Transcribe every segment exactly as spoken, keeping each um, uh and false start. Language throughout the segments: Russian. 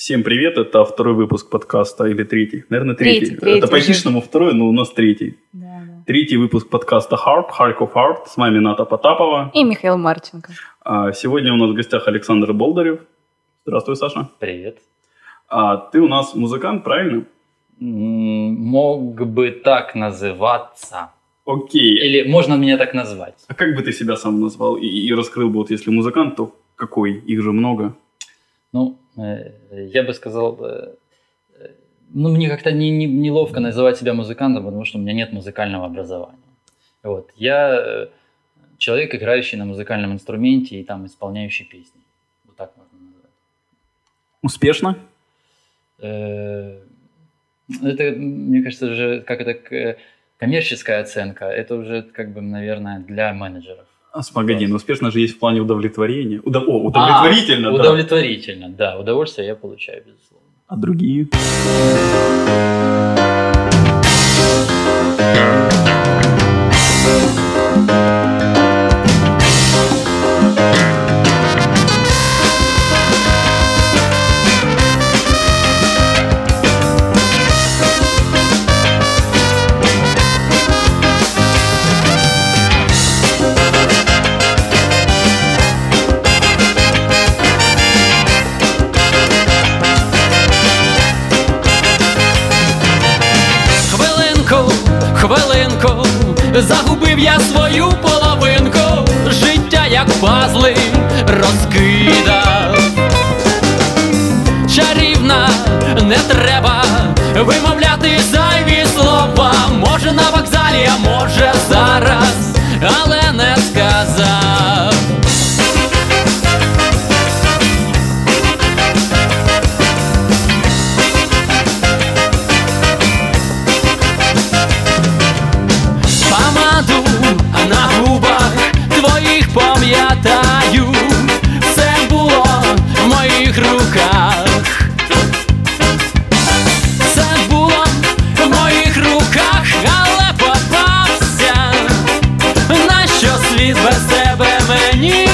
Всем привет, это второй выпуск подкаста, или третий? Наверное, третий. Третий, третий это по-хищному второй, но у нас третий. Да, да. Третий выпуск подкаста Heart, Харьков Heart. С вами Ната Потапова. И Михаил Марченко. А, сегодня у нас в гостях Александр Болдырев. Здравствуй, Саша. Привет. А, ты у нас музыкант, правильно? Мог бы так называться. Окей. Или можно меня так назвать. А как бы ты себя сам назвал и, и раскрыл бы, вот если музыкант, то какой? Их же много. Ну, я бы сказал, ну, мне как-то не, не, неловко называть себя музыкантом, потому что у меня нет музыкального образования. Вот. Я человек, играющий на музыкальном инструменте и там исполняющий песни. Вот так можно назвать. Успешно? Это, мне кажется, уже как это коммерческая оценка. Это уже, как бы, наверное, для менеджеров. А, погоди, но успешно же есть в плане удовлетворения. Удов... О, удовлетворительно, а, да. Удовлетворительно, да. Удовольствие я получаю, безусловно. А другие? Хвилинку, загубив я свою половинку, життя як пазли розкидав. Чарівна, не треба вимовляти зайві слова. Може на вокзалі, а може зараз, але не сказав. На губах твоїх пам'ятаю, все було в моїх руках. Все було в моїх руках, але попався. Нащо світ без тебе мені?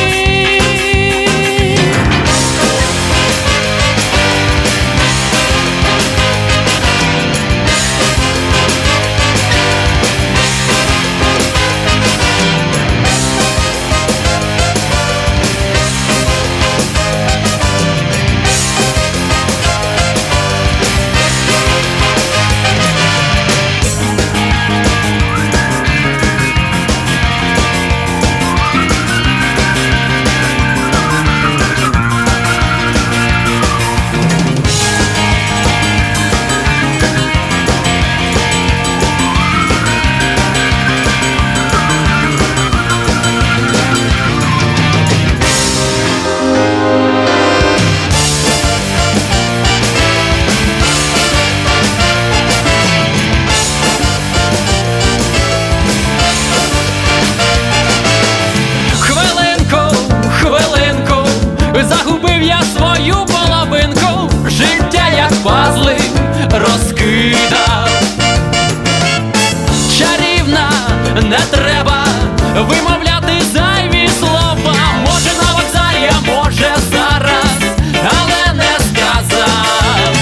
Загубив я свою половинку, життя як пазли розкидав. Чарівна, не треба вимовляти зайві слова. Може на вокзалі, а може зараз, але не сказав.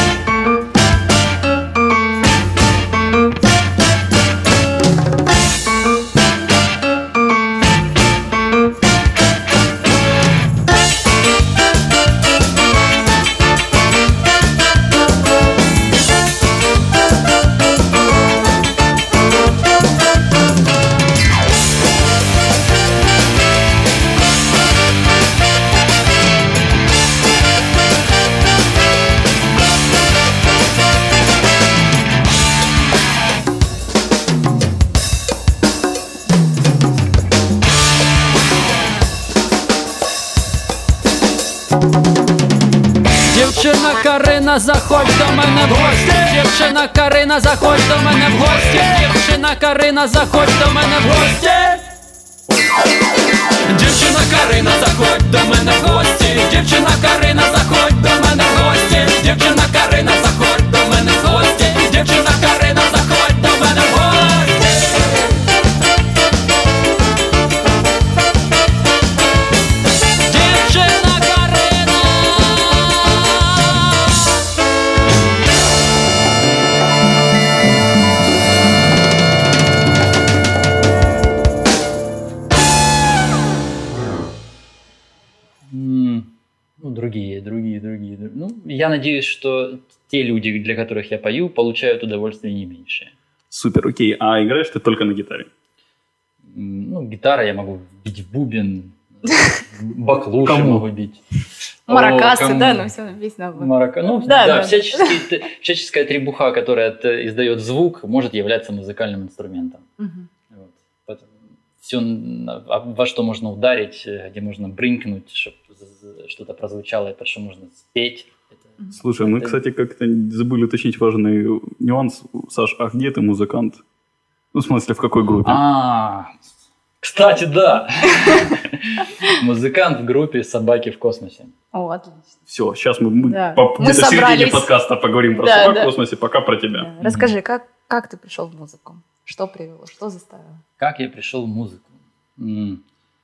Дівчина Карина, заходь до мене в гості. Дівчина Карина, заходь до мене в гості. Дівчина Карина, заходь до мене в гості. Дівчина Карина, заходь до мене в гості. Дівчина Карина, заходь до мене в гості. Дівчина Карина, заходь до мене в гості. Дівчина Карина, заходь до мене в гості. Дівчина Карина. Ну, я надеюсь, что те люди, для которых я пою, получают удовольствие не меньшее. Супер, окей. А играешь ты только на гитаре? Ну, гитара я могу бить в бубен, баклуши Кому? могу бить. Маракасы, О, кому? да, ну все написано. Марака... Ну, Да, да, да. всяческий- всяческая требуха, которая от- издает звук, может являться музыкальным инструментом. Мгм. Все, во что можно ударить, где можно брынкнуть, чтобы что-то прозвучало, под что можно спеть. Это- Слушай, мы, Это- кстати, как-то забыли уточнить важный нюанс. Саш, а где ты музыкант? Ну, в смысле, в какой группе? А, кстати, да. Музыкант в группе «Собаки в космосе». О, отлично. Все, сейчас мы, мы Да. по, Мы где-то в середине собрались. подкаста поговорим про Да, собак да. в космосе, пока про тебя. Да. Расскажи, как, как ты пришел в музыку? Что привело, что заставило? Как я пришел в музыку? М.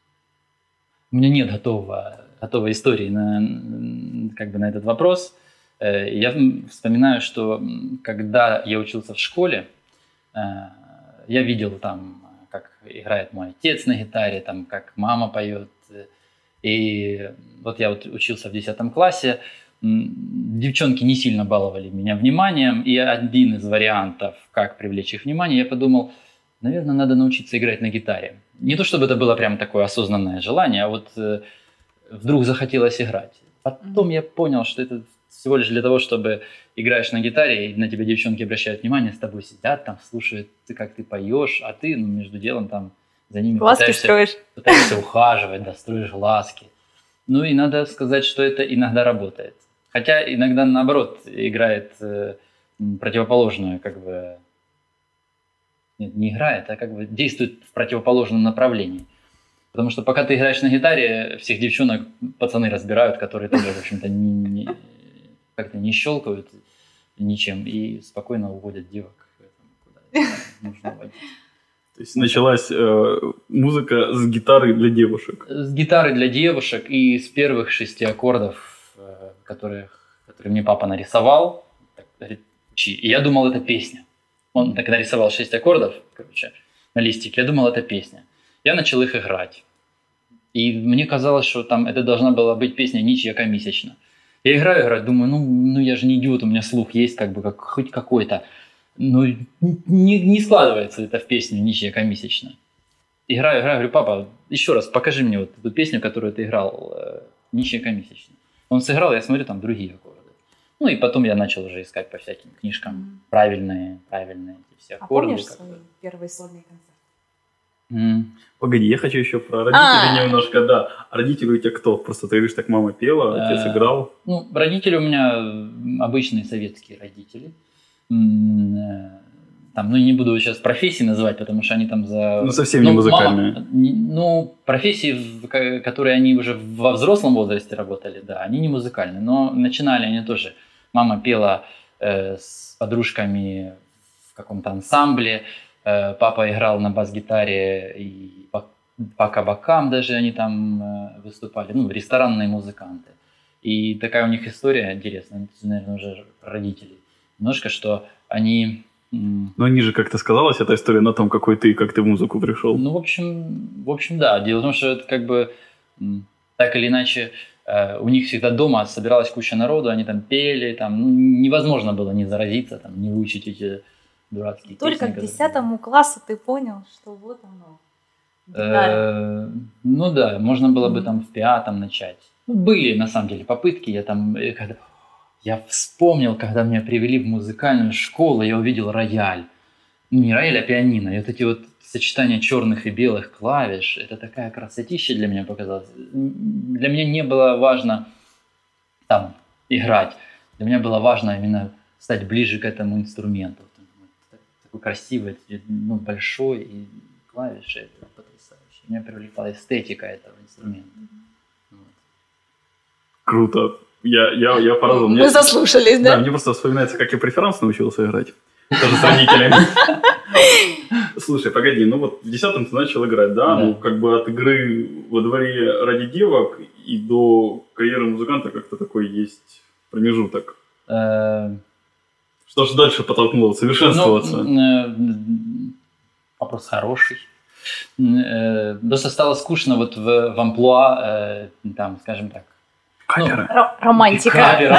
У меня нет готового, готовой истории на, м, как бы на этот вопрос. Э, Я м, вспоминаю, что м, когда я учился в школе, э, я видел там, как играет мой отец на гитаре, там, как мама поет. э, И вот я вот учился в десятом классе. М, Девчонки не сильно баловали меня вниманием, и один из вариантов, как привлечь их внимание, я подумал, наверное, надо научиться играть на гитаре. Не то чтобы это было прям такое осознанное желание, а вот э, вдруг захотелось играть. Потом я понял, что это всего лишь для того, чтобы играешь на гитаре, и на тебя девчонки обращают внимание, с тобой сидят, там слушают, ты, как ты поешь, а ты, ну, между делом там за ними Глазки пытаешься, строишь? пытаешься ухаживать, да, строишь глазки. Ну и надо сказать, что это иногда работает. Хотя иногда, наоборот, играет э, м, противоположную, как бы... Нет, не играет, а как бы действует в противоположном направлении. Потому что пока ты играешь на гитаре, всех девчонок пацаны разбирают, которые тоже, в общем-то, не, не- как-то не щелкают ничем и спокойно уводят девок куда нужно водить. То есть началась э, музыка с гитары для девушек. С гитары для девушек и с первых шести аккордов, э, которых, которые мне папа нарисовал. Так, говорит, учи. И я думал, это песня. Он так нарисовал шесть аккордов, короче, на листике. Я думал, это песня. Я начал их играть. И мне казалось, что там это должна была быть песня «Ничья месячно». Я играю, играю, думаю, ну, ну я же не идиот, у меня слух есть как бы как, хоть какой-то. Но не, не складывается это в песню «Ничья месячно». Играю, играю, говорю, папа, еще раз покажи мне вот эту песню, которую ты играл, э, «Ничья месячно». Он сыграл, я смотрю, там другие аккорды. Ну и потом я начал уже искать по всяким книжкам Мгм. правильные, правильные эти все А аккорды. помнишь как свой бы. первый сольный концерт? М. Погоди, я хочу еще про родителей А. немножко, да. А родители у тебя кто? Просто ты говоришь, так мама пела, отец Э, играл. Ну, родители у меня м, обычные советские родители. М, э, Там, ну, не буду сейчас профессии называть, потому что они там за... Ну, совсем не музыкальные. мама- не- ну, профессии, в ко- которые они уже во взрослом возрасте работали, да, они не музыкальные. Но начинали они тоже. Мама пела э, с подружками в каком-то ансамбле. Э, папа играл на бас-гитаре и по, по кабакам даже они там э, выступали. Ну, ресторанные музыканты. И такая у них история интересная, это, наверное, уже про родителей. Немножко, что они... м, Но ниже как-то сказалась эта история на том, какой ты, как ты в музыку пришел. Ну, в общем, в общем, да. Дело в том, что это как бы м, так или иначе э, у них всегда дома собиралась куча народу, они там пели, там ну, невозможно было не заразиться, там, не выучить эти дурацкие Только песни. к которые- десятому классу ты понял, что вот оно. гитара. Э, Ну да, можно было бы Мгм. там в пятом начать. Ну, были на самом деле попытки. Я там, э, когда... я вспомнил, когда меня привели в музыкальную школу, я увидел рояль. Ну, не рояль, а пианино. И вот эти вот сочетания черных и белых клавиш, это такая красотища для меня показалась. М, Для меня не было важно там играть. Для меня было важно именно стать ближе к этому инструменту. Там, вот так- такой красивый, ну, большой, и клавиши это потрясающе. Меня привлекла эстетика этого инструмента. Вот. Круто. Я, я, я поразил. Мы Мне- заслушались, Да, да? мне просто вспоминается, как я преферанс научился играть. Тоже с родителями. Слушай, погоди, ну вот в десятом ты начал играть, да? Да. Ну, как бы от игры во дворе ради девок и до карьеры музыканта как-то такой есть промежуток. Э, Что же дальше подтолкнуло совершенствоваться? Ну, э, м, вопрос хороший. М, э, Просто стало скучно вот в, в амплуа, э, там, скажем так, Каперы. Ро- романтика. Каперы,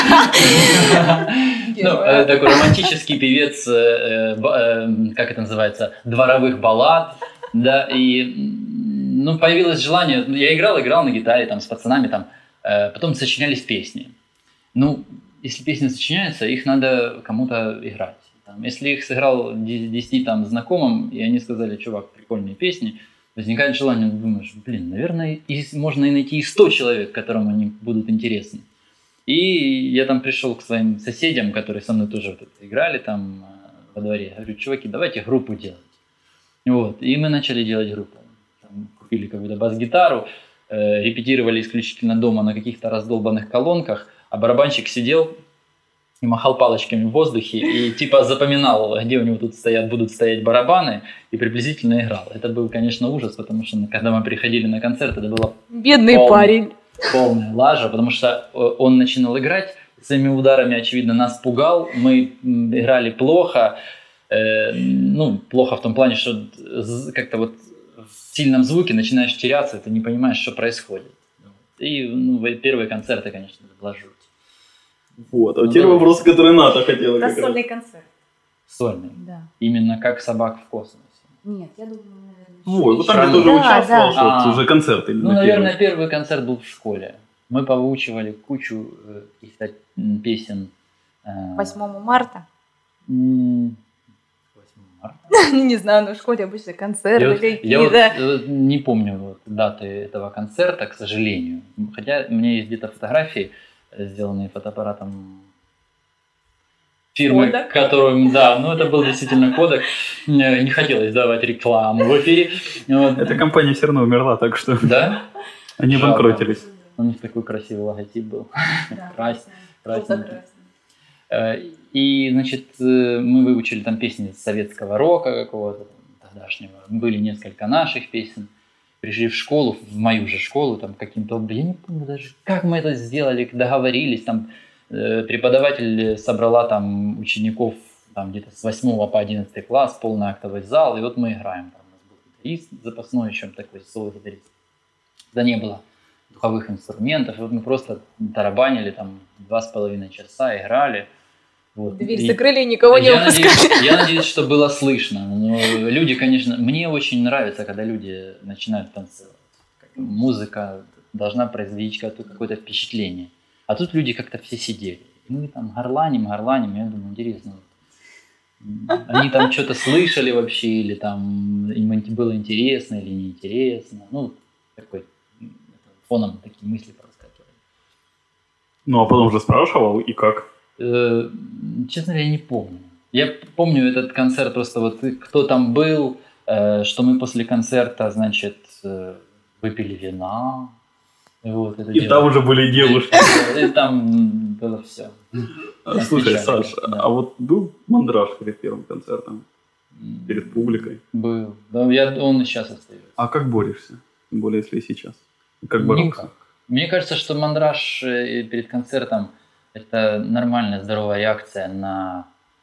да. Ну, э, такой романтический певец, э, ба- э, как это называется, дворовых баллад, да, и, м, ну, появилось желание, ну, я играл, играл на гитаре, там, с пацанами, там, э, потом сочинялись песни. Ну, если песни сочиняются, их надо кому-то играть. Там, если их сыграл де- десяти там знакомым, и они сказали, чувак, прикольные песни, возникает желание, думаешь, блин, наверное, и можно и найти и сто человек, которым они будут интересны. И я там пришел к своим соседям, которые со мной тоже вот это играли там э, во дворе. Говорю, чуваки, давайте группу делать. Вот. И мы начали делать группу. Там купили какую-то бас-гитару, э, репетировали исключительно дома на каких-то раздолбанных колонках, а барабанщик сидел и махал палочками в воздухе и типа запоминал, где у него тут стоят, будут стоять барабаны, и приблизительно играл. Это был, конечно, ужас, потому что когда мы приходили на концерт, это было Бедный Полный. парень. полная лажа, потому что он начинал играть, своими ударами, очевидно, нас пугал, мы м, играли плохо, э, ну, плохо в том плане, что з- как-то вот в сильном звуке начинаешь теряться, ты не понимаешь, что происходит. И ну, в- первые концерты, конечно, это была жуть. Вот. А Ну, теперь да. вопрос, который Ната хотела Это как раз. сольный концерт. Сольный. Да. Именно как собак в космосе. Нет, я думаю, наверное... Вот, вот там Шрам. где ты уже Да, участвовал, да. что вот А. уже концерты. Ну, наверное, первый концерт был в школе. Мы повыучивали кучу э, каких-то м, песен. э, восьмого марта. м, восьмого марта. Не знаю, но в школе обычно Я концерты вот, я вот, какие-то. э, не помню вот даты этого концерта, к сожалению. Хотя у меня есть где-то фотографии, э, сделанные фотоаппаратом фирмы, Kodak. которую, да, ну это был действительно Kodak. Э, Не хотелось давать рекламу в эфире. Вот. Эта компания все равно умерла, так что Да? они Жалко. банкротились. У них такой красивый логотип был. Да, Крас- красненький. желто-красный. Э, И, значит, э, мы выучили там песни советского рока какого-то там, тогдашнего. Были несколько наших песен. Пришли в школу, в мою же школу, там каким-то образом. Я не помню даже, как мы это сделали, договорились. Там э, преподаватель собрала там учеников там, где-то с восьмого по одиннадцатый класс, полный актовый зал. И вот мы играем. Там у нас был гитарист запасной, еще такой соло-гитарист. Да не было духовых инструментов. И вот мы просто тарабанили там два с половиной часа, играли. Вот. Дверь И закрыли и никого не я, выпускали. надеюсь, я надеюсь, что было слышно. Но люди, конечно, мне очень нравится, когда люди начинают танцевать. Как музыка должна произвести какое-то, какое-то впечатление. А тут люди как-то все сидели. Мы там горланим, горланим. Я думаю, интересно. Они там что-то слышали вообще, или там им было интересно или неинтересно. Ну, такой фоном такие мысли проскакивали. Ну, а потом же спрашивал, и как? Э, Честно говоря, я не помню. Я помню этот концерт просто вот кто там был, э, что мы после концерта, значит, э, выпили вина. И, вот, это И дело. там уже были девушки. И там было все. Слушай, Отмечали, Саш, да. а вот был мандраж перед первым концертом? Перед публикой? Был. Да, я, он и сейчас остается. А как борешься? Тем более, если и сейчас. Как бороться? Никак. Мне кажется, что мандраж э, перед концертом это нормальная, здоровая реакция на,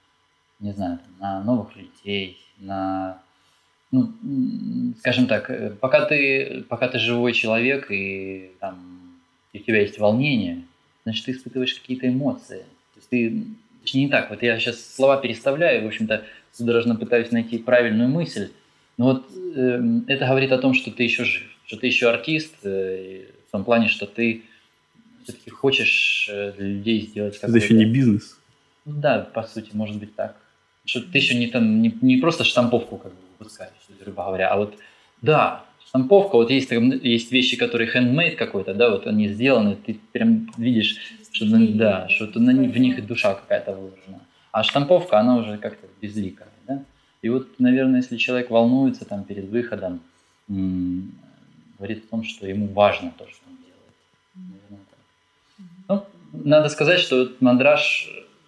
не знаю, на новых людей, на, ну, м, скажем так, э, пока ты, пока ты живой человек и там и у тебя есть волнение, значит, ты испытываешь какие-то эмоции. То есть ты, точнее не так, вот я сейчас слова переставляю, в общем-то, судорожно пытаюсь найти правильную мысль, но вот э, это говорит о том, что ты еще жив, что ты еще артист, э, в том плане, что ты все-таки хочешь э, для людей сделать Это какой-то... еще не бизнес. Ну да, по сути, может быть так. Что ты еще не, там, не, не просто штамповку как бы выпускаешь, грубо говоря, а вот, да, штамповка, вот есть, там, есть вещи, которые handmade какой-то, да, вот они сделаны, ты прям видишь, что, на- да, что на, в них душа какая-то выложена. А штамповка, она уже как-то безликая, да. И вот, наверное, если человек волнуется там перед выходом, м- говорит о том, что ему важно то, что он делает. Наверное, так. Ну, надо сказать, что вот мандраж,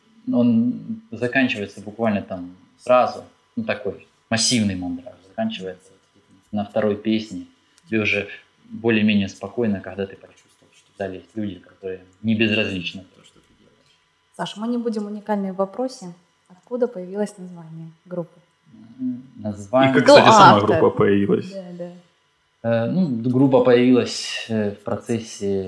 он заканчивается буквально там сразу, ну такой массивный мандраж, заканчивается на второй песне. Тебе уже более-менее спокойно, когда ты почувствовал, что в зале есть люди, которые не безразличны то, что ты делаешь. Саша, мы не будем уникальны в вопросе. Откуда появилось название группы? М, И Название... как, Кто кстати, сама автор? группа появилась. Да, да. Э, Ну, группа появилась э, в процессе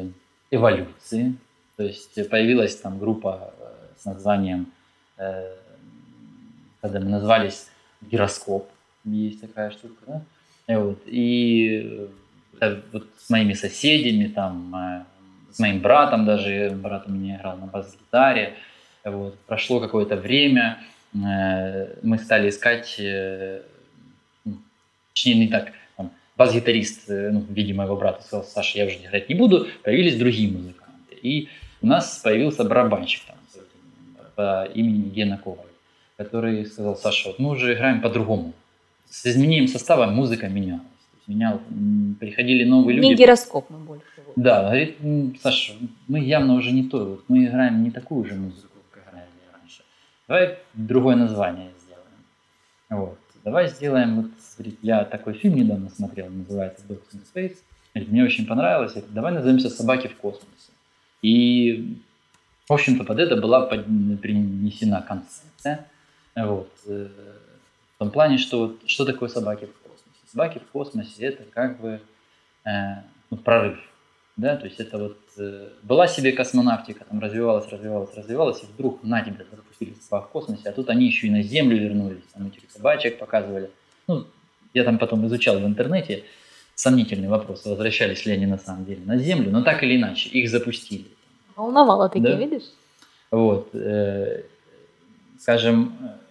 эволюции. То есть появилась там группа с названием, э, когда мы назвались «Гироскоп». Есть такая штука, да? И, вот, и э, вот с моими соседями, там, э, с моим братом даже, брат у меня играл на бас-гитаре. Вот, прошло какое-то время, э, мы стали искать, э, точнее не так, там, бас-гитарист, э, ну, видимо, его брат сказал: Саша, я уже играть не буду, появились другие музыканты. И у нас появился барабанщик там, по имени Гена Коваль, который сказал: Саша, вот мы уже играем по-другому. С изменением состава музыка менялась. Менял, приходили новые люди. Не гироскоп мы больше. Да, говорит: Саша, мы явно уже не то, вот мы играем не такую же музыку, как играли раньше. Давай другое название сделаем. Вот. Давай сделаем, вот, говорит, я такой фильм недавно смотрел, называется Dogs in Space. Говорит, мне очень понравилось. Говорит, давай назовемся «Собаки в космосе». И, в общем-то, под это была принесена концепция. Вот. В том плане, что что такое собаки в космосе? Собаки в космосе – это как бы э, ну, прорыв. Да? То есть это вот э, была себе космонавтика, там развивалась, развивалась, развивалась, и вдруг на тебя запустили собак в космосе, а тут они еще и на Землю вернулись, там этих собачек показывали. Ну, я там потом изучал в интернете, сомнительный вопрос, возвращались ли они на самом деле на Землю, но так или иначе, их запустили. Волновало такие, да? Видишь? Вот, э, скажем,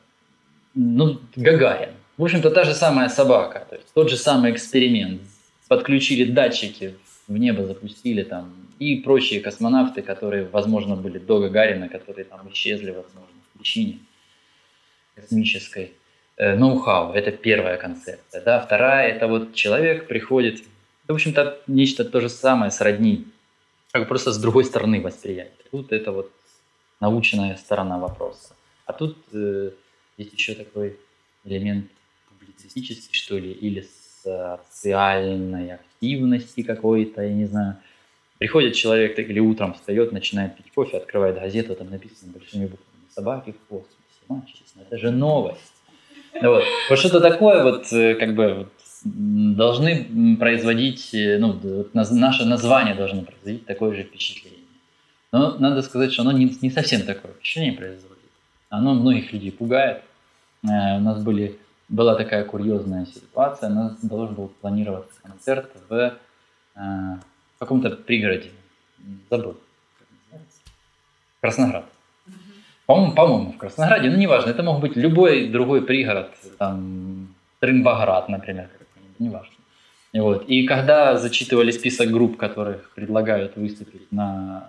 ну, Гагарин. В общем-то, та же самая собака, то есть тот же самый эксперимент. Подключили датчики, в небо запустили там, и прочие космонавты, которые, возможно, были до Гагарина, которые там исчезли, возможно, в причине космической. Э, ноу-хау, это первая концепция. Да? Вторая, это вот человек приходит, в общем-то, нечто то же самое, сродни, как просто с другой стороны восприятия. Тут это вот научная сторона вопроса. А тут э, есть еще такой элемент публицистический, что ли, или социальной активности какой-то, я не знаю. Приходит человек или утром встает, начинает пить кофе, открывает газету, там написано большими буквами «Собаки в космосе». Мальчики, это же новость. Вот, вот что-то такое вот, как бы, вот, должны производить, ну, вот, наше название должно производить такое же впечатление. Но надо сказать, что оно не, не совсем такое впечатление производит. Оно многих людей пугает. Э, у нас были, была такая курьезная ситуация. У нас должен был планироваться концерт в, э, в каком-то пригороде. Забыл, как называется. Красноград. По-моему, по-моему, в Краснограде, ну неважно, это мог быть любой другой пригород, там, Трымбаград, например, неважно. И, вот. И когда зачитывали список групп, которых предлагают выступить на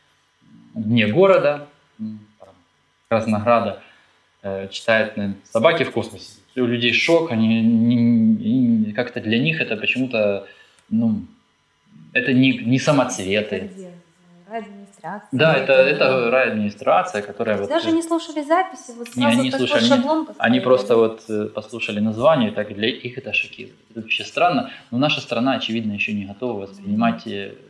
дне города, Краснограда, э, читают, наверное, «Собаки в космосе», у людей шок, они, не, не, как-то для них это почему-то, ну, это не, не самоцветы. Райадминистрация. Да, это, это райадминистрация, которая вот... Даже не слушали записи, вот Не, сразу они, такой слушали, шаблон они, поставили. они просто вот послушали название, и так для их это шокирует. Это вообще странно, но наша страна, очевидно, еще не готова воспринимать,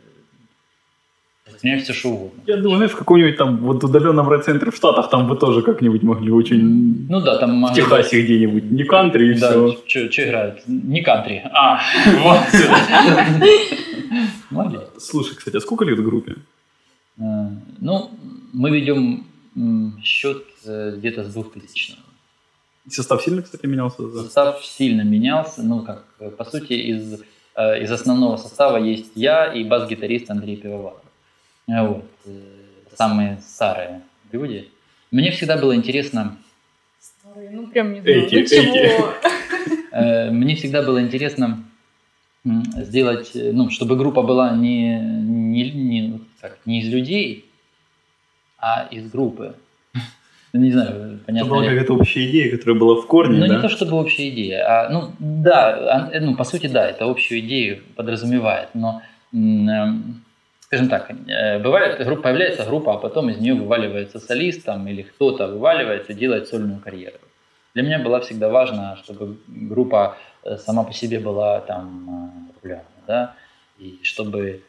воспринимать все, что угодно. Я думаю, знаешь, в каком-нибудь там вот удаленном райцентре в Штатах там вы тоже как-нибудь могли очень... Ну да, там... В Техасе где-нибудь, не кантри и да, все. Что играют? Не кантри. А, вот сюда. Молодец. Слушай, кстати, а сколько лет группе? Ну, мы ведем счет где-то с двухтысячного. Состав сильно, кстати, менялся? Состав сильно менялся. Ну, как, по сути, из, из основного состава есть я и бас-гитарист Андрей Пивоваров. Вот. Самые старые люди. Мне всегда было интересно... Старые, ну прям не знаю, эти, ну чего? Эти. Мне всегда было интересно сделать, ну, чтобы группа была не, не, не, как, не из людей, а из группы. Не знаю, понятно. Это была какая-то общая идея, которая была в корне, Ну, да? не то чтобы общая идея, а, ну, да, ну, по сути, да, это общую идею подразумевает, но, скажем так, бывает, группа, появляется группа, а потом из нее вываливается солист, там, или кто-то вываливается и делает сольную карьеру. Для меня было всегда важно, чтобы группа сама по себе была там популярна, да, и чтобы,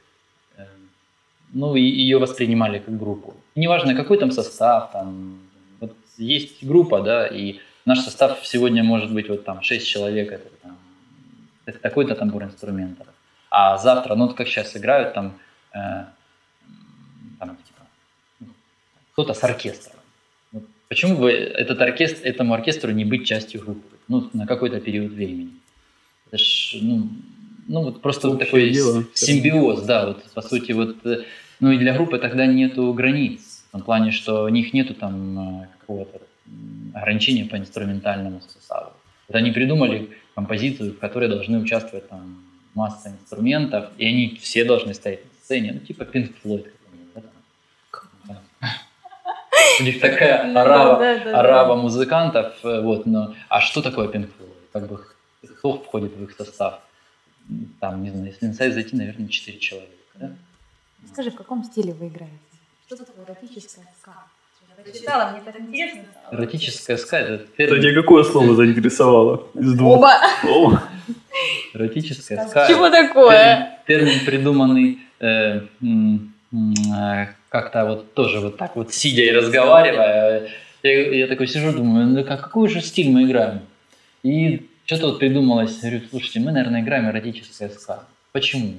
ну, и ее воспринимали как группу. И неважно, какой там состав, там, вот есть группа, да, и наш состав сегодня может быть вот там шесть человек, это, там, это такой-то набор инструментов, а завтра, ну, вот как сейчас играют там э, кто-то с оркестром. Вот почему бы этот оркестр, этому оркестру не быть частью группы? Ну, на какой-то период времени. Это ж, ну, ну вот просто вот такой дело. симбиоз, да, вот по сути вот, ну и для группы тогда нету границ, в том плане, что у них нету там какого-то ограничения по инструментальному составу. Вот они придумали композицию, в которой должны участвовать там масса инструментов, и они все должны стоять на сцене, ну типа Pink Floyd. У них такая орава музыкантов, вот, но а что такое Pink Floyd? Как бы кто входит в их состав? Там, не знаю, если на сайт зайти, наверное, четыре человека. Да? Скажи, в каком стиле вы играете? Что такое эротическая ска? Я прочитала, мне так интересно стало. Эротическая ска — это Кстати, а какое слово заинтересовало из двух? Оба. О, эротическая ска. Чего такое? Термин, придуманный э, м, м, э, как-то вот тоже вот так вот сидя и разговаривая. Я, я такой сижу, думаю, ну как, какой же стиль мы играем? И что-то вот придумалось, говорю, слушайте, мы, наверное, играем эротическая ска. Почему?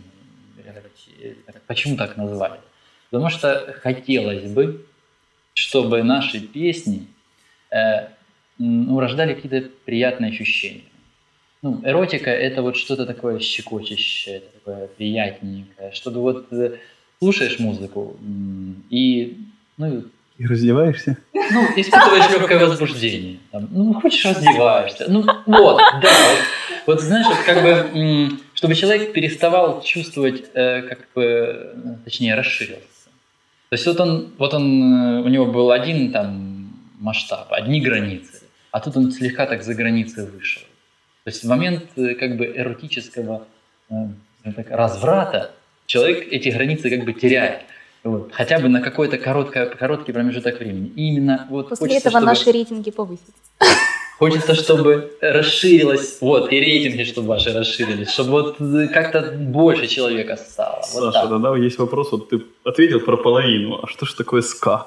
Почему так назвали? Потому что хотелось бы, чтобы наши песни э, ну, рождали какие-то приятные ощущения. Ну, эротика — это вот что-то такое щекочущее, такое приятненькое, чтобы вот э, слушаешь музыку и, ну, и раздеваешься? ну, испытываешь легкое возбуждение. Там, ну, хочешь — раздеваешься. Ну, вот, да. Вот, вот знаешь, вот как бы, чтобы человек переставал чувствовать, э, как бы, точнее, расширился. То есть вот он, вот он, у него был один там масштаб, одни границы, а тут он слегка так за границы вышел. То есть в момент как бы эротического э, так, разврата человек эти границы как бы теряет. Вот, хотя бы на какой-то короткий, короткий промежуток времени. И именно вот После хочется, этого чтобы, наши рейтинги повысятся. хочется, чтобы расширилось, вот, и рейтинги, чтобы ваши расширились, чтобы вот как-то больше человека стало. Вот Саша, так. тогда есть вопрос, вот ты ответил про половину, а что же такое ска?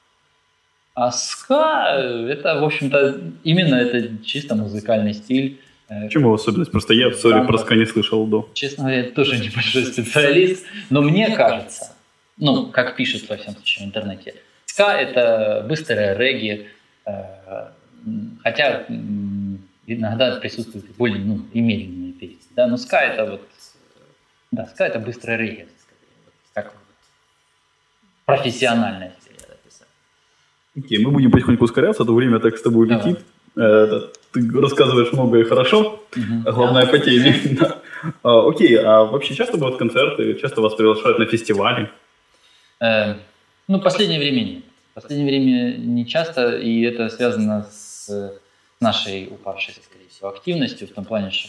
А ска — это, в общем-то, именно это чисто музыкальный стиль. В чем его особенность? Просто я, сори, Там, про ска не слышал до. Честно говоря, я тоже небольшой специалист, но мне кажется, ну, как пишут, во всяком случае, в интернете, ска — это быстрое регги, э, хотя м, иногда присутствуют и более, ну, и медленные песни, да, но ска — это вот, да, ска — это быстрое регги, как профессиональное, если я написал. Окей, мы будем потихоньку ускоряться, а то время так с тобой Давай. летит. Э, Ты рассказываешь много и хорошо, Мгм. а главное по теме. Да. А, Окей, а вообще часто бывают концерты, часто вас приглашают на фестивали? Э, ну, в последнее время нет. В последнее время не часто, и это связано с нашей упавшей, скорее всего, активностью, в том плане, что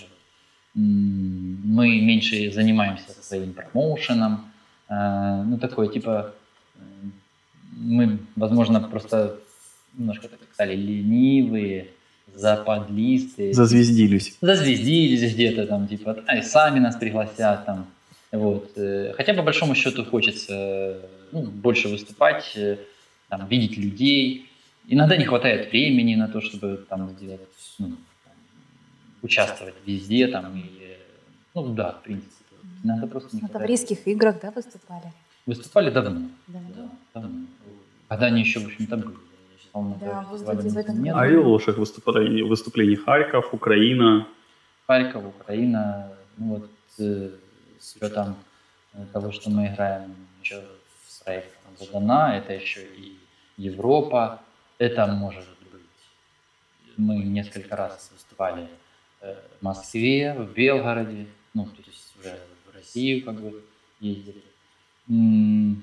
м, мы меньше занимаемся своим промоушеном, э, ну, такое, типа, э, мы, возможно, просто немножко так стали ленивые, западлисты. Зазвездились. Зазвездились где-то там, типа, а, и сами нас пригласят там. Вот. э, Хотя, по большому счету, хочется э, ну, больше выступать, э, там, видеть людей. Иногда не хватает времени на то, чтобы там сделать, ну, там, участвовать везде, там, и, э, ну, да, в принципе. Иногда просто не На хватает. Таврийских играх, да, выступали? Выступали давно. Да. Да, давно. Когда они еще, в общем-то, были. Я считал, на Да, фестивале вот в этом нет. году. А и лучших выступлений, выступлений Харьков, Украина. Харьков, Украина, ну вот э, с учетом э, того, что мы играем еще с проектом Задана, это еще и Европа, это может быть. Мы несколько раз выступали э, в Москве, в Белгороде, ну, то есть уже в Россию как бы ездили. М,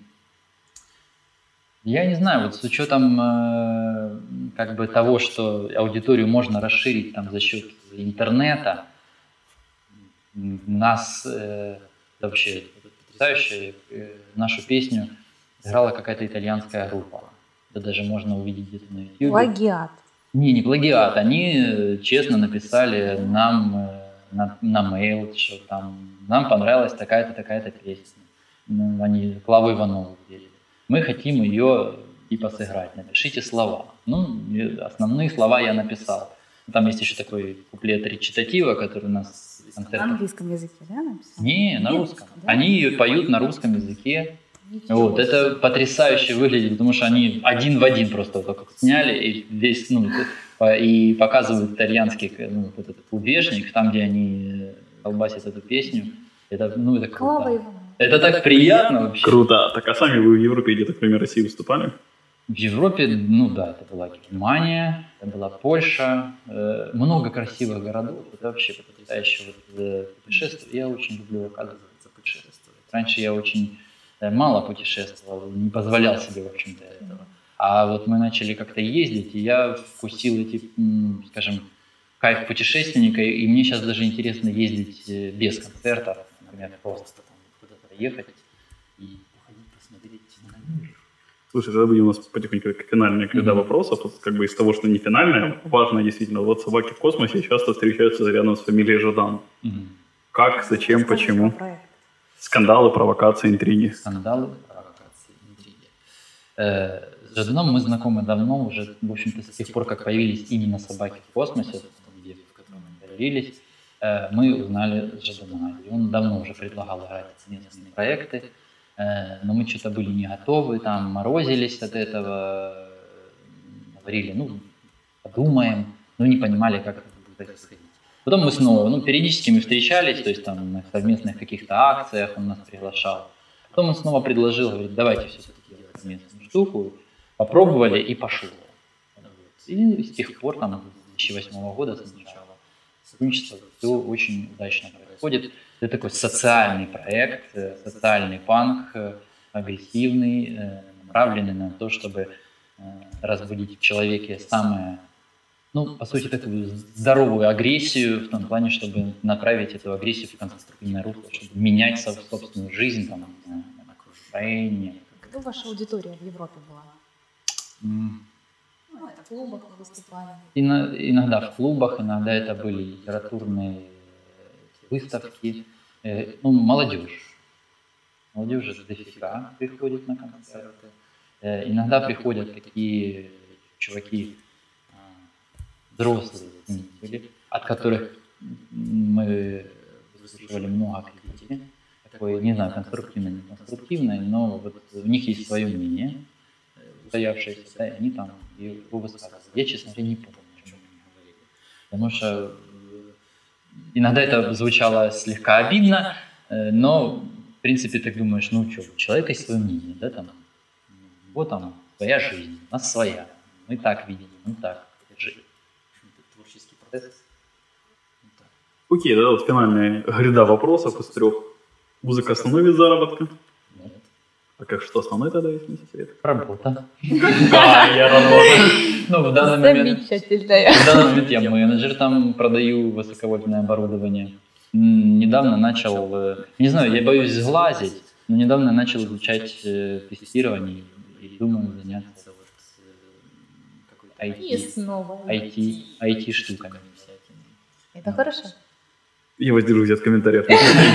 Я не знаю, вот с учетом э, как бы того, что аудиторию можно расширить там за счет интернета, м, нас э, это вообще потрясающе, э, нашу песню играла какая-то итальянская группа. Это даже можно увидеть где-то на YouTube. Плагиат. Не, не плагиат. Они э, честно написали нам э, на, на mail, что там нам понравилась такая-то, такая-то песня. Ну, они Клаву Иванову верили. Мы хотим ее типа сыграть. Напишите слова. Ну, и основные слова я написал. Там есть еще такой куплет речитатива, который у нас в На концертах. английском языке, да, написал? Не, на Нет? русском. Да? Они ее поют на русском языке. Ничего Вот, это себе. потрясающе выглядит, потому что они один в один просто вот так вот сняли и весь, ну, по- и показывают итальянский, ну, вот этот клубешник, там, где они колбасят эту песню. Это, ну, это Клава круто. Иванова. Это так приятно вообще. Круто. Так, а сами вы в Европе где-то, кроме России, выступали? В Европе, ну да, это была Германия, это была Польша, э, много красивых городов, это вообще потрясающе вот, э, путешествие. Я очень люблю, оказывается, путешествовать. Раньше я очень э, мало путешествовал, не позволял себе, в общем-то, этого. А вот мы начали как-то ездить, и я вкусил эти, м, скажем, кайф путешественника, и мне сейчас даже интересно ездить э, без концертов, например, просто там куда-то ехать и походить, посмотреть на мир. Слушай, тогда будем у нас потихоньку как финальная череда Мгм. вопросов. Вот как бы из того, что не финальное, важно действительно. Вот собаки в космосе часто встречаются рядом с фамилией Жадан. Мгм. Как, зачем, Расскажи почему? про проект. Скандалы, провокации, интриги. Скандалы, провокации, интриги. Э, С Жаданом мы знакомы давно, уже, в общем-то, с тех пор, как появились именно собаки в космосе, в том виде, в котором они появились, э, мы узнали Жадана. И он давно уже предлагал играть совместные проекты, э, но мы что-то были не готовы, там морозились от этого, э, говорили, ну, подумаем, но не понимали, как это будет происходить. Потом мы снова, ну, периодически мы встречались, то есть там на совместных каких-то акциях он нас приглашал. Потом он снова предложил, говорит, давайте все-таки делать совместную штуку. Попробовали и пошло. И с тех пор, там, с две тысячи восьмого года сначала, сотрудничество все очень удачно происходит. Это такой социальный проект, э, социальный панк, э, агрессивный, э, направленный на то, чтобы э, разбудить в человеке самое, ну, по сути, такую здоровую агрессию, в том плане, чтобы направить эту агрессию в конструктивное русло, чтобы менять свою собственную жизнь, там, не знаю, окружение. Кто ваша аудитория в Европе была? М, Ну, это в клубах вы выступали. ино- Иногда в клубах, иногда это были литературные выставки. Э, Ну, молодежь. Молодежь дофига приходит на концерты. Э, Иногда приходят такие чуваки, а, взрослые ценители, от которых мы выслушивали много критики. Такое, не знаю, конструктивное, не конструктивное, но вот у них есть свое мнение, э, устоявшееся, да, и они там его высказывают. Я, честно говоря, не помню, о чем они говорили. Потому что э, иногда это звучало слегка обидно, э, но, в принципе, ты думаешь, ну что, у человека есть свое мнение, да, там, вот там своя жизнь, у нас своя, мы так видим, мы так жили. Творческий процесс. Вот так. Окей, да, вот финальная гряда вопросов из трех. Музыка основной вид заработка. Нет. А как что основной тогда, если не секрет? Работа. Да, я работаю. Ну, в данный момент, Замечательная. в данный момент я менеджер, там продаю высоковольтное оборудование. М, Недавно начал, э, не знаю, я боюсь сглазить, но недавно начал изучать э, тестирование и думаю заняться вот, э, какой-то И ай ти, снова. ай ти, ай ти-штуками всякими. Это хорошо. Я воздержусь от комментариев.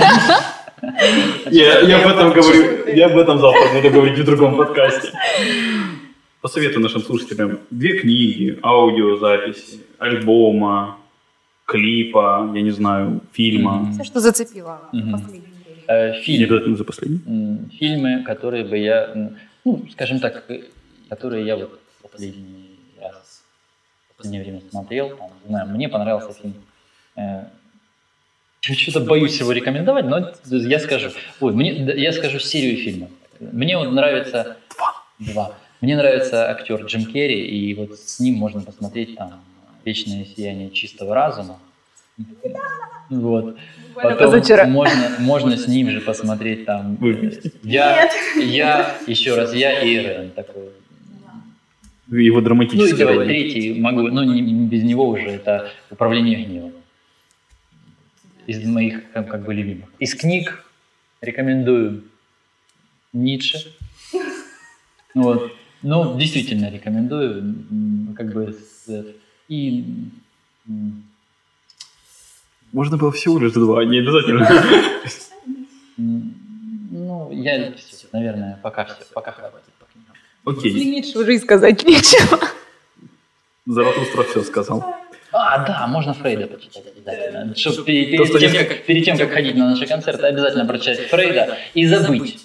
Я, я об этом говорю, я об этом завтра буду говорить в другом подкасте. Посоветую нашим слушателям две книги, аудиозаписи, альбома, клипа, я не знаю, фильма. Мгм. Все, что зацепило в Мгм. последнее время. Э, Не Фильм. обязательно за последний. М, Фильмы, которые бы я, м, ну, скажем так, э, которые я вот последний раз, в последнее время смотрел, там, не знаю, мне понравился фильм. э, Что-то боюсь его рекомендовать, но я скажу. Ой, мне, да, я скажу серию фильмов. Мне вот нравится два. Мне нравится актер Джим Керри, и вот с ним можно посмотреть там «Вечное сияние чистого разума». Вот. Буквально Потом позавчера. можно, можно с ним же посмотреть там Вы э, вместе? я, я, еще раз я и Ирен такой. Его Ну и драматический давай роль. третий могу, ну не, не без него уже это «Управление гневом». Из моих как, как бы любимых. Из книг рекомендую Ницше. Вот. Ну, действительно рекомендую. М, Как бы с, и м, Можно было всего лишь два, не обязательно. м, ну, я всё, наверное, пока все, пока хватит по книгам. Окей, Ницше уже и сказать нечего. Заратустра все сказал. А, да, можно Фрейда почитать обязательно. Чтоб перед, То, перед что тем, не- как, перед тем, как ходить на наши концерты, обязательно прочитать Фрейда и забыть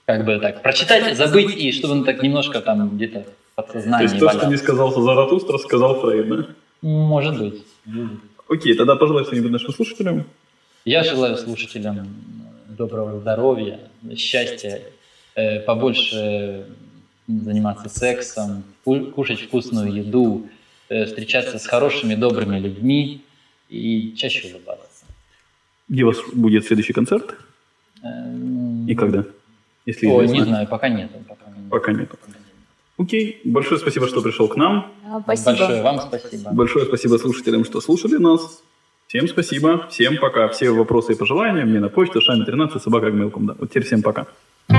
как бы так, прочитать, забыть, и чтобы он так немножко там где-то в подсознании То есть то, валялся. что не сказал Заратустра, сказал Фрейд, да? Может быть. Окей, тогда пожелай что-нибудь нашим слушателям. Я желаю слушателям доброго здоровья, счастья, э, побольше заниматься сексом, ку- кушать вкусную еду, э, встречаться с хорошими, добрыми людьми и чаще улыбаться. Где у вас будет следующий концерт? Эм, И когда? Если Ой, известно. не знаю, пока нет. Пока нет. Пока нет. Окей, большое спасибо, что пришел к нам. А, Спасибо. Большое вам спасибо. Большое спасибо слушателям, что слушали нас. Всем спасибо, всем пока. Все вопросы и пожелания мне на почту шами тринадцать собака гмейл точка ком. Да. Вот теперь всем пока.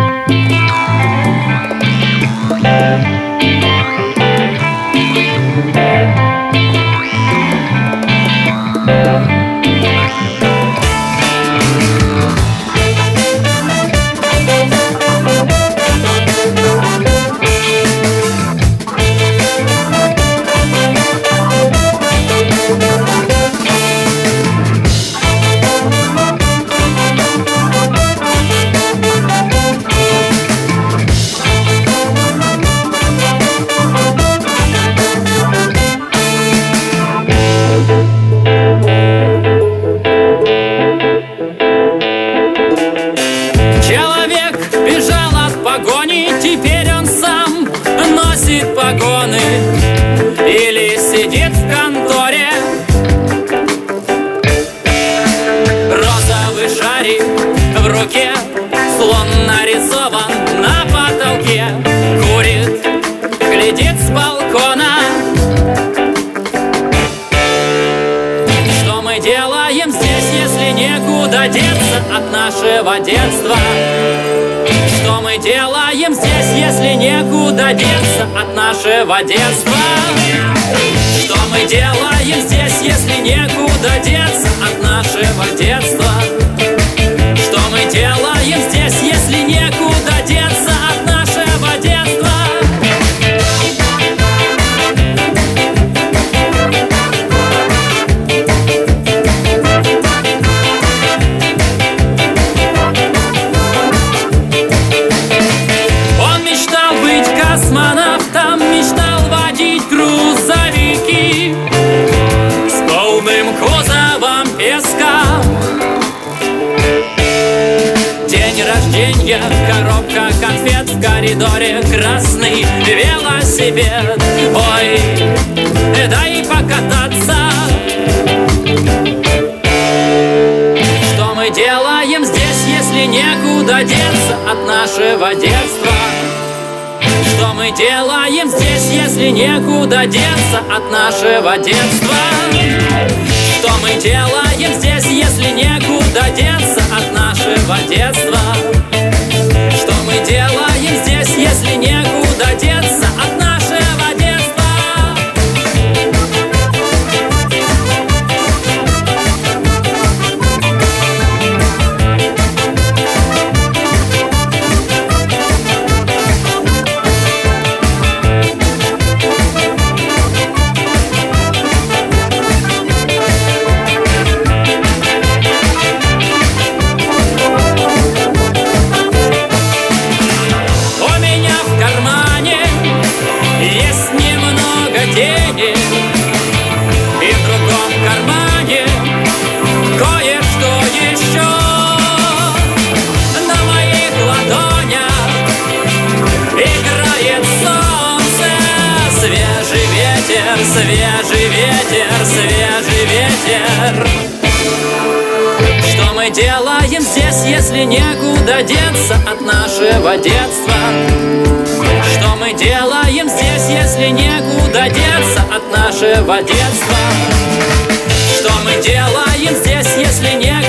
Человек бежал от погони, теперь он сам носит погоны или сидит в конторе. Розовый шарик в руке, слон нарисован на потолке. Курит, глядит с балкона. Что мы делаем здесь, если некуда деться от нашего детства? Что мы делаем здесь, если некуда деться от нашего детства? Что мы делаем здесь, если некуда деться от нашего детства? Что мы делаем здесь, если некуда деться от нашего детства? Он мечтал быть космонавтом, мечтал водить грузовики с полным кузовом песка. День рождения, коробка конфет, в коридоре красный велосипед. Ой, дай покататься. Что мы делаем здесь, если некуда деться от нашего детства? Что мы делаем здесь, если некуда деться от нашего детства? Что мы делаем здесь, если некуда деться от нашего детства? Что мы делаем здесь, если некуда деться от нашего детства? У меня в кармане есть немного денег, и в другом кармане кое-что еще. На моих ладонях играет солнце. Свежий ветер, свежий ветер, свежий ветер. Что мы делаем здесь, если некуда деться от нашего детства? Что мы делаем здесь, если некуда деться от нашего детства? Что мы делаем здесь, если некуда